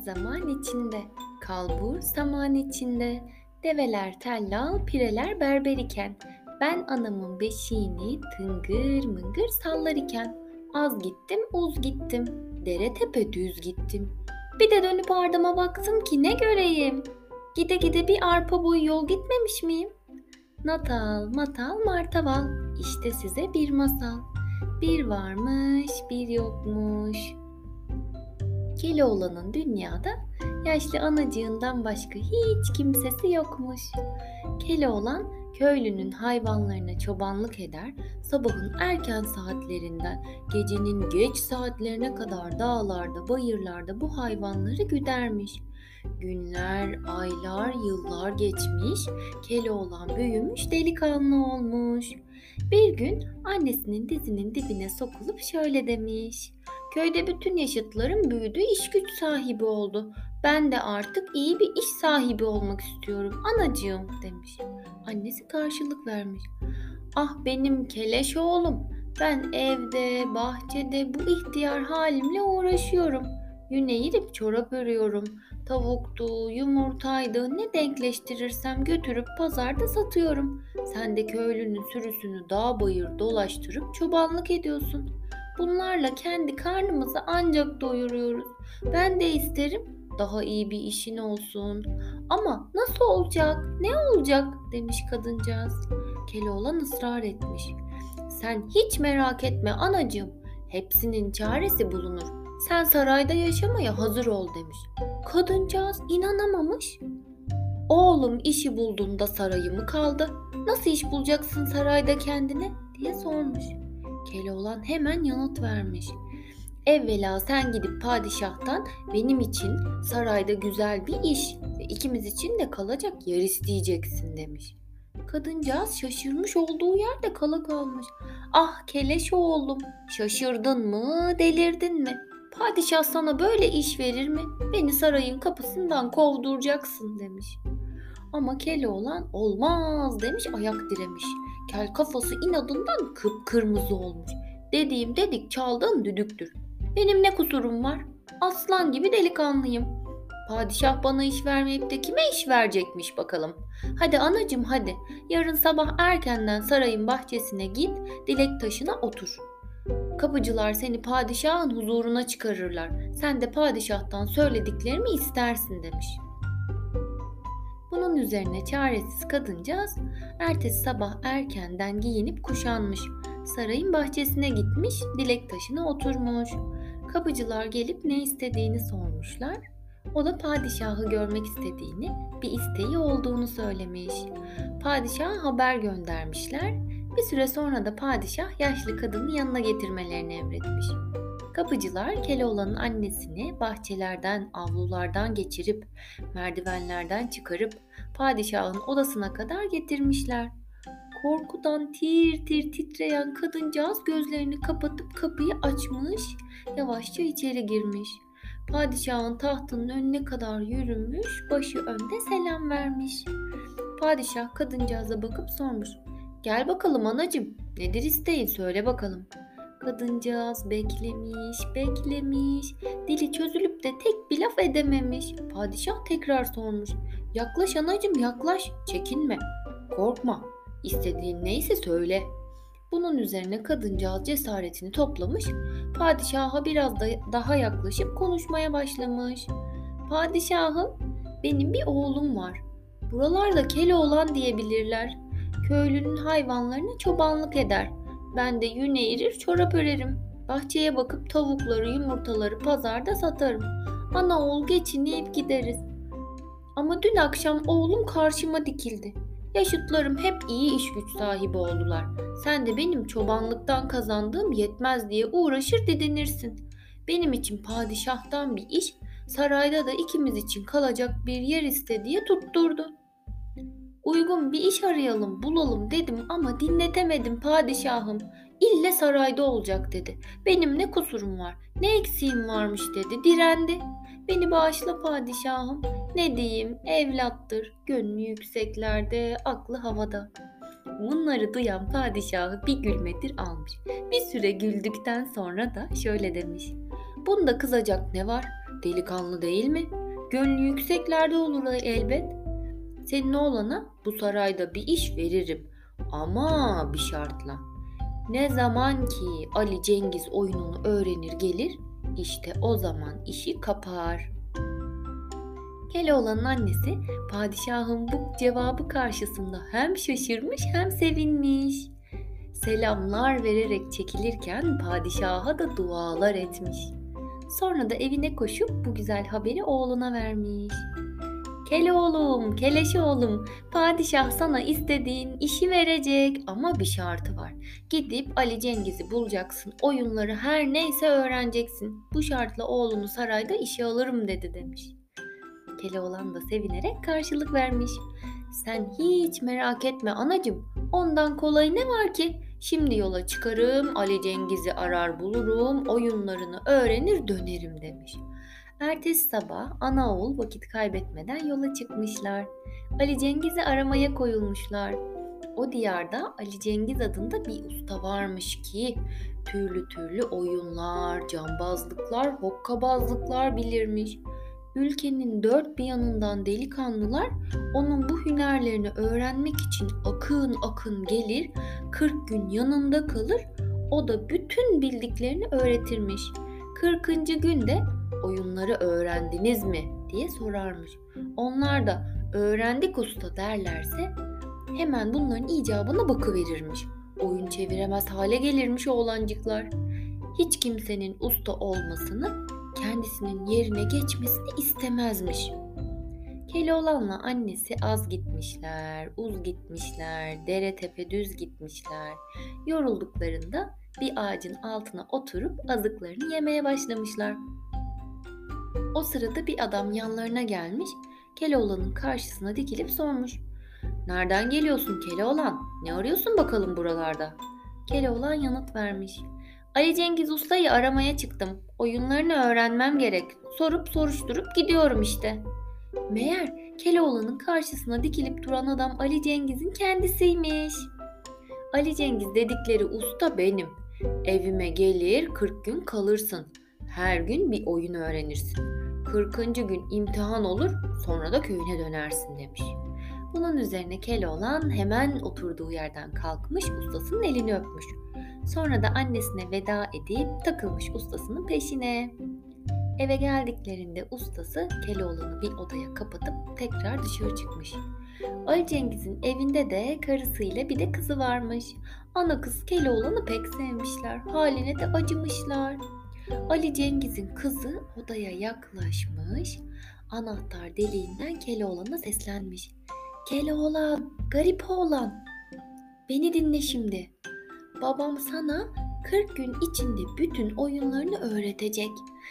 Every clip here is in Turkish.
zaman içinde, kalbur saman içinde, develer tellal, pireler berber iken, ben anamın beşiğini tıngır mıngır sallar iken, az gittim uz gittim, dere tepe düz gittim. Bir de dönüp ardıma baktım ki ne göreyim? Gide gide bir arpa boyu yol gitmemiş miyim? Natal, matal, martaval, işte size bir masal. Bir varmış, bir yokmuş. Keloğlan'ın dünyada yaşlı anacığından başka hiç kimsesi yokmuş. Keloğlan köylünün hayvanlarına çobanlık eder, sabahın erken saatlerinden gecenin geç saatlerine kadar dağlarda, bayırlarda bu hayvanları güdermiş. Günler, aylar, yıllar geçmiş, Keloğlan büyümüş, delikanlı olmuş. Bir gün annesinin dizinin dibine sokulup şöyle demiş: "Köyde bütün yaşıtlarım büyüdü, iş güç sahibi oldu. Ben de artık iyi bir iş sahibi olmak istiyorum anacığım," demiş. Annesi karşılık vermiş: "Ah benim keleş oğlum, ben evde, bahçede bu ihtiyar halimle uğraşıyorum. Yüne yirip çorap örüyorum. Tavuktu, yumurtaydı, ne denkleştirirsem götürüp pazarda satıyorum. Sen de köylünün sürüsünü dağ bayır dolaştırıp çobanlık ediyorsun. Bunlarla kendi karnımızı ancak doyuruyoruz. Ben de isterim daha iyi bir işin olsun. Ama nasıl olacak, ne olacak?" demiş kadıncağız. Keloğlan ısrar etmiş: "Sen hiç merak etme anacığım, hepsinin çaresi bulunur. Sen sarayda yaşamaya hazır ol," demiş. Kadıncağız inanamamış. "Oğlum işi bulduğunda sarayı mı kaldı? Nasıl iş bulacaksın sarayda kendine?" diye sormuş. Keloğlan hemen yanıt vermiş: "Evvela sen gidip padişahtan benim için sarayda güzel bir iş ve ikimiz için de kalacak yer isteyeceksin," demiş. Kadıncağız şaşırmış olduğu yerde kala kalmış. "Ah keleş oğlum, şaşırdın mı, delirdin mi? Padişah sana böyle iş verir mi? Beni sarayın kapısından kovduracaksın," demiş. Ama Keloğlan olmaz demiş, ayak diremiş. Kel kafası inadından kıpkırmızı olmuş. "Dediğim dedik, çaldığım düdüktür. Benim ne kusurum var? Aslan gibi delikanlıyım. Padişah bana iş vermeyip de kime iş verecekmiş bakalım. Hadi anacığım hadi, yarın sabah erkenden sarayın bahçesine git, dilek taşına otur. Kapıcılar seni padişahın huzuruna çıkarırlar. Sen de padişahtan söylediklerimi istersin," demiş. Bunun üzerine çaresiz kadıncağız ertesi sabah erkenden giyinip kuşanmış. Sarayın bahçesine gitmiş, dilek taşına oturmuş. Kapıcılar gelip ne istediğini sormuşlar. O da padişahı görmek istediğini, bir isteği olduğunu söylemiş. Padişaha haber göndermişler. Bir süre sonra da padişah yaşlı kadını yanına getirmelerini emretmiş. Kapıcılar Keloğlan'ın annesini bahçelerden, avlulardan geçirip, merdivenlerden çıkarıp padişahın odasına kadar getirmişler. Korkudan tir tir titreyen kadıncağız gözlerini kapatıp kapıyı açmış, yavaşça içeri girmiş. Padişahın tahtının önüne kadar yürümüş, başı önde selam vermiş. Padişah kadıncağıza bakıp sormuş: "Gel bakalım anacığım, nedir isteğin, söyle bakalım." Kadıncağız beklemiş, beklemiş, dili çözülüp de tek bir laf edememiş. Padişah tekrar sormuş: "Yaklaş anacığım, yaklaş, çekinme, korkma, istediğin neyse söyle." Bunun üzerine kadıncağız cesaretini toplamış, padişaha biraz daha yaklaşıp konuşmaya başlamış. "Padişahım, benim bir oğlum var. Buralarda Keloğlan diyebilirler. Köylünün hayvanlarına çobanlık eder. Ben de yün eğirir, çorap örerim. Bahçeye bakıp tavukları, yumurtaları pazarda satarım. Ana oğul geçinip gideriz. Ama dün akşam oğlum karşıma dikildi. Yaşıtlarım hep iyi iş güç sahibi oldular. Sen de benim çobanlıktan kazandığım yetmez diye uğraşır didinirsin. Benim için padişahtan bir iş, sarayda da ikimiz için kalacak bir yer iste diye tutturdu. Uygun bir iş arayalım, bulalım dedim ama dinletemedim padişahım. İlle sarayda olacak dedi. Benim ne kusurum var, ne eksiğim varmış dedi, direndi. Beni bağışla padişahım. Ne diyeyim, evlattır, gönlü yükseklerde, aklı havada." Bunları duyan padişahı bir gülmedir almış. Bir süre güldükten sonra da şöyle demiş: "Bunda kızacak ne var? delikanlı değil mi? Gönlü yükseklerde olur elbet. Senin oğlana bu sarayda bir iş veririm. Ama bir şartla. Ne zaman ki Ali Cengiz oyununu öğrenir gelir, işte o zaman işi kapar. Keloğlan'ın annesi padişahın bu cevabı karşısında hem şaşırmış hem sevinmiş. Selamlar vererek çekilirken padişaha da dualar etmiş. Sonra da evine koşup bu güzel haberi oğluna vermiş. Keloğlum, Keleş oğlum, padişah sana istediğin işi verecek ama bir şartı var. Gidip Ali Cengiz'i bulacaksın, oyunları her neyse öğreneceksin. Bu şartla oğlunu sarayda işe alırım dedi demiş. Keloğlan da sevinerek karşılık vermiş. Sen hiç merak etme anacığım, ondan kolay ne var ki? Şimdi yola çıkarım, Ali Cengiz'i arar bulurum, oyunlarını öğrenir dönerim demiş. Ertesi sabah ana oğul vakit kaybetmeden yola çıkmışlar. Ali Cengiz'i aramaya koyulmuşlar. O diyarda Ali Cengiz adında bir usta varmış ki türlü türlü oyunlar, cambazlıklar, hokkabazlıklar bilirmiş. Ülkenin dört bir yanından delikanlılar onun bu hünerlerini öğrenmek için akın akın gelir, 40 gün yanında kalır, o da bütün bildiklerini öğretirmiş. 40. günde oyunları öğrendiniz mi diye sorarmış. Onlar da öğrendik usta derlerse hemen bunların icabına bakıverirmiş. Oyun çeviremez hale gelirmiş oğlancıklar. Hiç kimsenin usta olmasını, kendisinin yerine geçmesini istemezmiş. Keloğlan'la annesi az gitmişler, uz gitmişler, dere tepe düz gitmişler. Yorulduklarında bir ağacın altına oturup azıklarını yemeye başlamışlar. O sırada bir adam yanlarına gelmiş, Keloğlan'ın karşısına dikilip sormuş. "Nereden geliyorsun Keloğlan? Ne arıyorsun bakalım buralarda?" Keloğlan yanıt vermiş. "Ali Cengiz Usta'yı aramaya çıktım. Oyunlarını öğrenmem gerek. Sorup soruşturup gidiyorum işte." Meğer Keloğlan'ın karşısına dikilip duran adam Ali Cengiz'in kendisiymiş. Ali Cengiz dedikleri usta benim. Evime gelir 40 gün kalırsın. Her gün bir oyun öğrenirsin. 40. gün imtihan olur, sonra da köyüne dönersin demiş. Bunun üzerine Keloğlan hemen oturduğu yerden kalkmış, ustasının elini öpmüş. Sonra da annesine veda edip takılmış ustasının peşine. Eve geldiklerinde ustası Keloğlan'ı bir odaya kapatıp tekrar dışarı çıkmış. Ali Cengiz'in evinde de karısıyla bir de kızı varmış. Ana kız Keloğlan'ı pek sevmişler, haline de acımışlar. Ali Cengiz'in kızı odaya yaklaşmış, anahtar deliğinden Keloğlan'a seslenmiş. "Keloğlan, garip oğlan, beni dinle şimdi. Babam sana 40 gün içinde bütün oyunlarını öğretecek.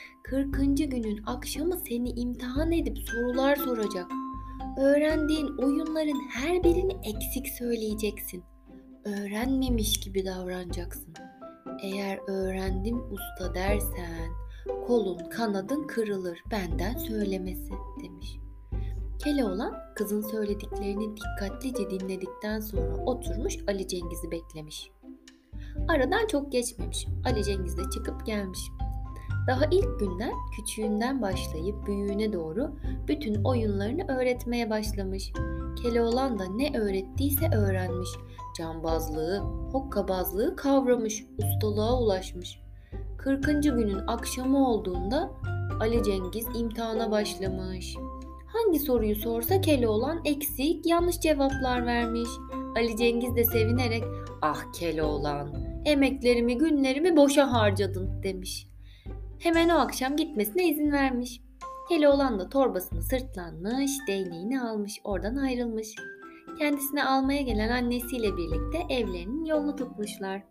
40. günün akşamı seni imtihan edip sorular soracak. Öğrendiğin oyunların her birini eksik söyleyeceksin. Öğrenmemiş gibi davranacaksın. Eğer öğrendim usta dersen kolun kanadın kırılır benden söylemesi" demiş. Keloğlan kızın söylediklerini dikkatlice dinledikten sonra oturmuş Ali Cengiz'i beklemiş. Aradan çok geçmemiş. Ali Cengiz de çıkıp gelmiş. Daha ilk günden küçüğünden başlayıp büyüğüne doğru bütün oyunlarını öğretmeye başlamış. Keloğlan da ne öğrettiyse öğrenmiş. Cambazlığı, hokkabazlığı kavramış, ustalığa ulaşmış. 40. günün akşamı olduğunda Ali Cengiz imtihana başlamış. Hangi soruyu sorsa Keloğlan eksik, yanlış cevaplar vermiş. Ali Cengiz de sevinerek "Ah Keloğlan, emeklerimi, günlerimi boşa harcadın" demiş. Hemen o akşam gitmesine izin vermiş. Keloğlan da torbasını sırtlanmış, değneğini almış, oradan ayrılmış. Kendisini almaya gelen annesiyle birlikte evlerinin yolunu tutmuşlar.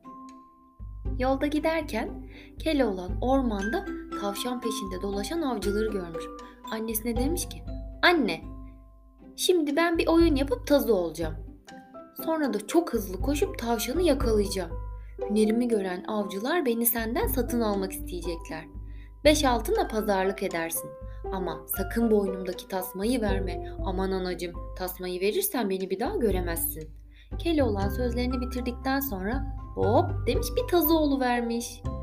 Yolda giderken Keloğlan ormanda tavşan peşinde dolaşan avcıları görmüş. Annesine demiş ki, "Anne, şimdi ben bir oyun yapıp tazı olacağım. Sonra da çok hızlı koşup tavşanı yakalayacağım. Hünerimi gören avcılar beni senden satın almak isteyecekler. 5 altınla pazarlık edersin. Ama sakın boynumdaki tasmayı verme. Aman anacığım, tasmayı verirsen beni bir daha göremezsin." Keloğlan sözlerini bitirdikten sonra hop demiş bir tazı oluvermiş.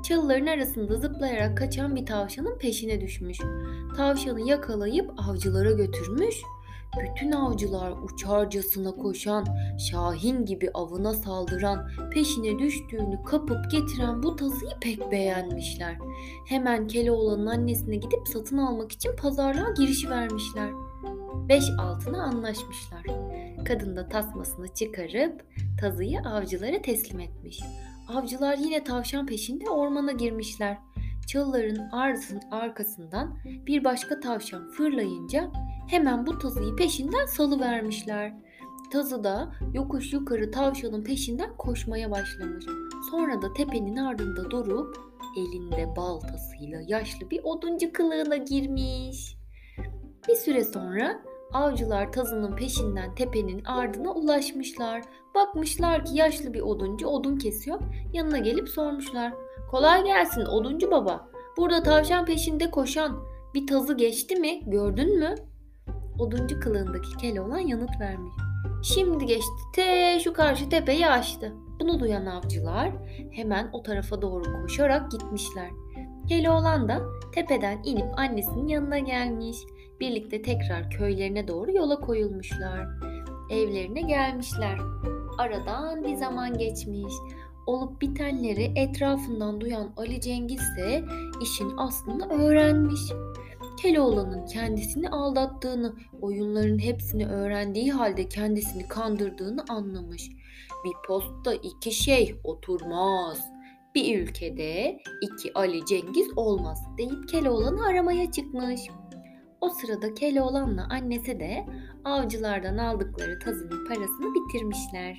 Çalıların arasında zıplayarak kaçan bir tavşanın peşine düşmüş. Tavşanı yakalayıp avcılara götürmüş. Bütün avcılar uçarcasına koşan, şahin gibi avına saldıran, peşine düştüğünü kapıp getiren bu tazıyı pek beğenmişler. Hemen Keloğlan'ın annesine gidip satın almak için pazarlığa girişivermişler. 5 altına anlaşmışlar. Kadın da tasmasını çıkarıp tazıyı avcılara teslim etmiş. Avcılar yine tavşan peşinde ormana girmişler. Çalıların arkasından bir başka tavşan fırlayınca hemen bu tazıyı peşinden salıvermişler. Tazı da yokuş yukarı tavşanın peşinden koşmaya başlamış. Sonra da tepenin ardında durup elinde baltasıyla yaşlı bir oduncu kılığına girmiş. Bir süre sonra avcılar tazının peşinden tepenin ardına ulaşmışlar. Bakmışlar ki yaşlı bir oduncu odun kesiyor. Yanına gelip sormuşlar. Kolay gelsin oduncu baba. Burada tavşan peşinde koşan bir tazı geçti mi? Gördün mü? Oduncu kılığındaki Keloğlan yanıt vermiş. Şimdi geçti. Şu karşı tepeyi aştı. Bunu duyan avcılar hemen o tarafa doğru koşarak gitmişler. Keloğlan da tepeden inip annesinin yanına gelmiş. Birlikte tekrar köylerine doğru yola koyulmuşlar. Evlerine gelmişler. Aradan bir zaman geçmiş. Olup bitenleri etrafından duyan Ali Cengiz ise işin aslını öğrenmiş. Keloğlan'ın kendisini aldattığını, oyunların hepsini öğrendiği halde kendisini kandırdığını anlamış. Bir postta iki şey oturmaz. Bir ülkede iki Ali Cengiz olmaz deyip Keloğlan'ı aramaya çıkmış. O sırada Keloğlan'la annesi de avcılardan aldıkları tazının parasını bitirmişler.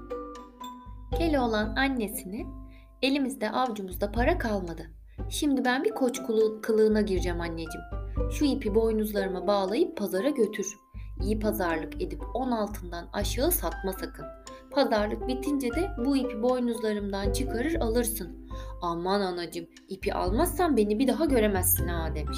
Keloğlan annesine, elimizde avucumuzda para kalmadı. Şimdi ben bir koç kılığına gireceğim anneciğim. Şu ipi boynuzlarıma bağlayıp pazara götür. İyi pazarlık edip 10 altından aşağı satma sakın. Pazarlık bitince de bu ipi boynuzlarımdan çıkarır alırsın. Aman anacığım, ipi almazsan beni bir daha göremezsin ha demiş.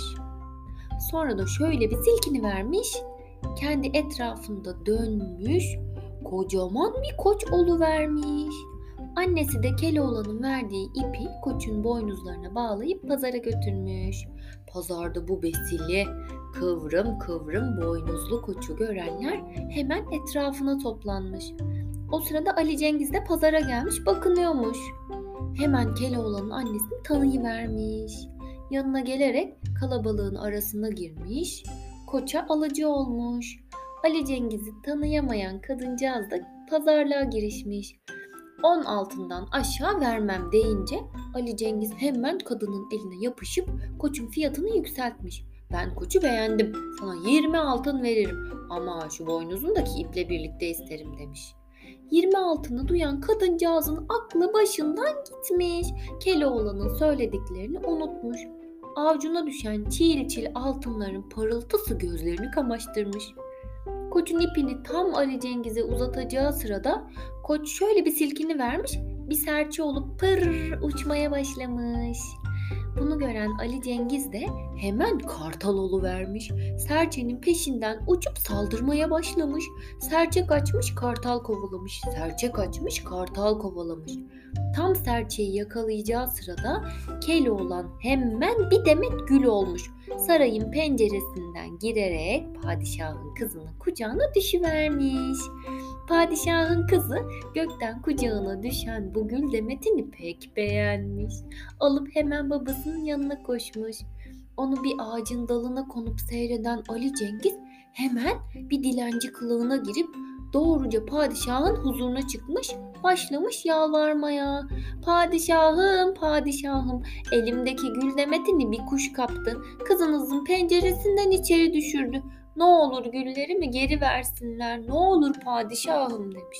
Sonra da şöyle bir silkini vermiş, kendi etrafında dönmüş, kocaman bir koç oluvermiş. Annesi de Keloğlan'ın verdiği ipi koçun boynuzlarına bağlayıp pazara götürmüş. Pazarda bu besili, kıvrım kıvrım boynuzlu koçu görenler hemen etrafına toplanmış. O sırada Ali Cengiz de pazara gelmiş bakınıyormuş. Hemen Keloğlan'ın annesini tanıyıvermiş. Yanına gelerek kalabalığın arasına girmiş, koça alıcı olmuş. Ali Cengiz'i tanıyamayan kadıncağız da pazarlığa girişmiş. 10 altından aşağı vermem deyince Ali Cengiz hemen kadının eline yapışıp koçun fiyatını yükseltmiş. Ben koçu beğendim, sana 20 altın veririm ama şu boynuzundaki iple birlikte isterim demiş. 20 altını duyan kadıncağızın aklı başından gitmiş. Keloğlan'ın söylediklerini unutmuş. Avucuna düşen çil çil altınların parıltısı gözlerini kamaştırmış. Koçun ipini tam Ali Cengiz'e uzatacağı sırada koç şöyle bir silkini vermiş, bir serçe olup pır uçmaya başlamış. Bunu gören Ali Cengiz de hemen kartal oluvermiş. Serçenin peşinden uçup saldırmaya başlamış. Serçe kaçmış, kartal kovalamış. Serçe kaçmış, kartal kovalamış. Tam serçeyi yakalayacağı sırada Keloğlan hemen bir demet gül olmuş. Sarayın penceresinden girerek padişahın kızının kucağına düşüvermiş. Padişahın kızı gökten kucağına düşen bu gül demetini pek beğenmiş. Alıp hemen babasının yanına koşmuş. Onu bir ağacın dalına konup seyreden Ali Cengiz hemen bir dilenci kılığına girip doğruca padişahın huzuruna çıkmış, başlamış yalvarmaya. Padişahım, padişahım, elimdeki gül demetini bir kuş kaptı. Kızınızın penceresinden içeri düşürdü. Ne olur güllerimi geri versinler, ne olur padişahım demiş.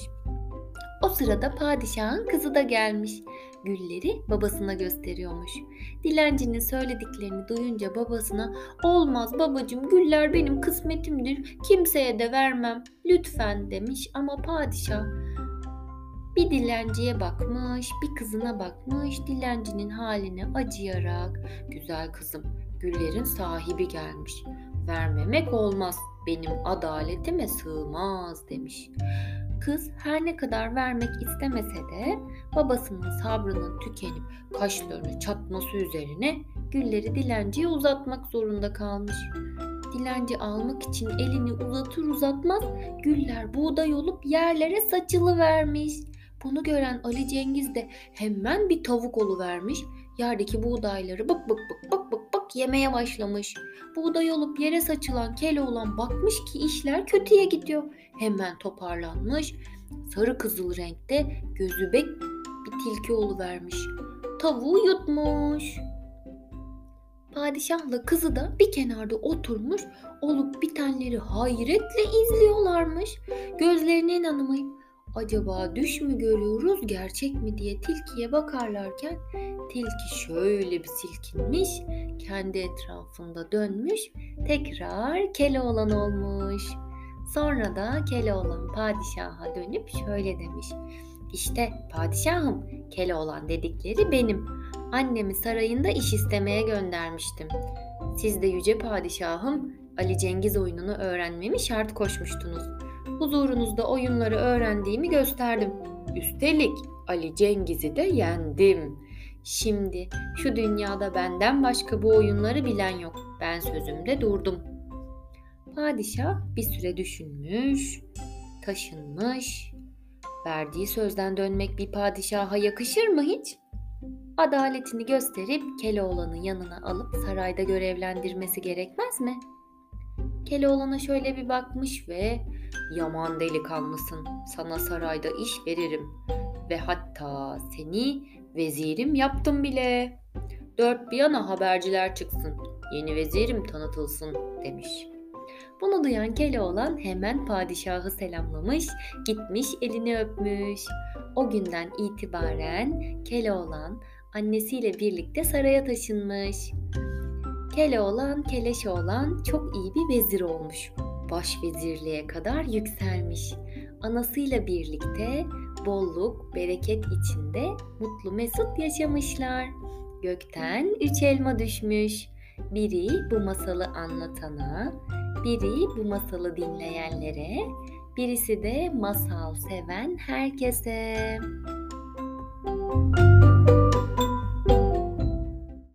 O sırada padişahın kızı da gelmiş. Gülleri babasına gösteriyormuş. Dilencinin söylediklerini duyunca babasına olmaz babacığım, güller benim kısmetimdir, kimseye de vermem lütfen demiş. Ama padişah bir dilenciye bakmış, bir kızına bakmış, dilencinin haline acıyarak güzel kızım, güllerin sahibi gelmiş, vermemek olmaz, benim adaletime sığmaz demiş. Kız her ne kadar vermek istemese de babasının sabrının tükenip kaşlarını çatması üzerine gülleri dilenciye uzatmak zorunda kalmış. Dilenci almak için elini uzatır uzatmaz güller buğday olup yerlere saçılıvermiş. Bunu gören Ali Cengiz de hemen bir tavuk oluvermiş. Yerdeki buğdayları bık bık bık bık bık bık yemeye başlamış. Buğday olup yere saçılan Keloğlan bakmış ki işler kötüye gidiyor. Hemen toparlanmış. Sarı kızıl renkte gözübek bir tilki oluvermiş. Tavuğu yutmuş. Padişahla kızı da bir kenarda oturmuş, olup bitenleri hayretle izliyorlarmış. Gözlerine inanamayıp acaba düş mü görüyoruz gerçek mi diye tilkiye bakarlarken tilki şöyle bir silkinmiş, kendi etrafında dönmüş, tekrar Keloğlan olmuş. Sonra da Keloğlan padişaha dönüp şöyle demiş: İşte padişahım, Keloğlan dedikleri benim. Annemi sarayında iş istemeye göndermiştim. Siz de yüce padişahım Ali Cengiz oyununu öğrenmemi şart koşmuştunuz. Huzurunuzda oyunları öğrendiğimi gösterdim. Üstelik Ali Cengiz'i de yendim. Şimdi şu dünyada benden başka bu oyunları bilen yok. Ben sözümde durdum. Padişah bir süre düşünmüş, taşınmış. Verdiği sözden dönmek bir padişaha yakışır mı hiç? Adaletini gösterip Keloğlan'ı yanına alıp sarayda görevlendirmesi gerekmez mi? Keloğlan'a şöyle bir bakmış ve yaman delikanlısın, sana sarayda iş veririm ve hatta seni vezirim yaptım bile. Dört bir yana haberciler çıksın, yeni vezirim tanıtılsın demiş. Bunu duyan Keloğlan hemen padişahı selamlamış, gitmiş elini öpmüş. O günden itibaren Keloğlan annesiyle birlikte saraya taşınmış. Keloğlan, Keleşoğlan çok iyi bir vezir olmuş. Başvezirliğe kadar yükselmiş. Anasıyla birlikte bolluk, bereket içinde mutlu mesut yaşamışlar. Gökten 3 elma düşmüş. Biri bu masalı anlatana, biri bu masalı dinleyenlere, birisi de masal seven herkese.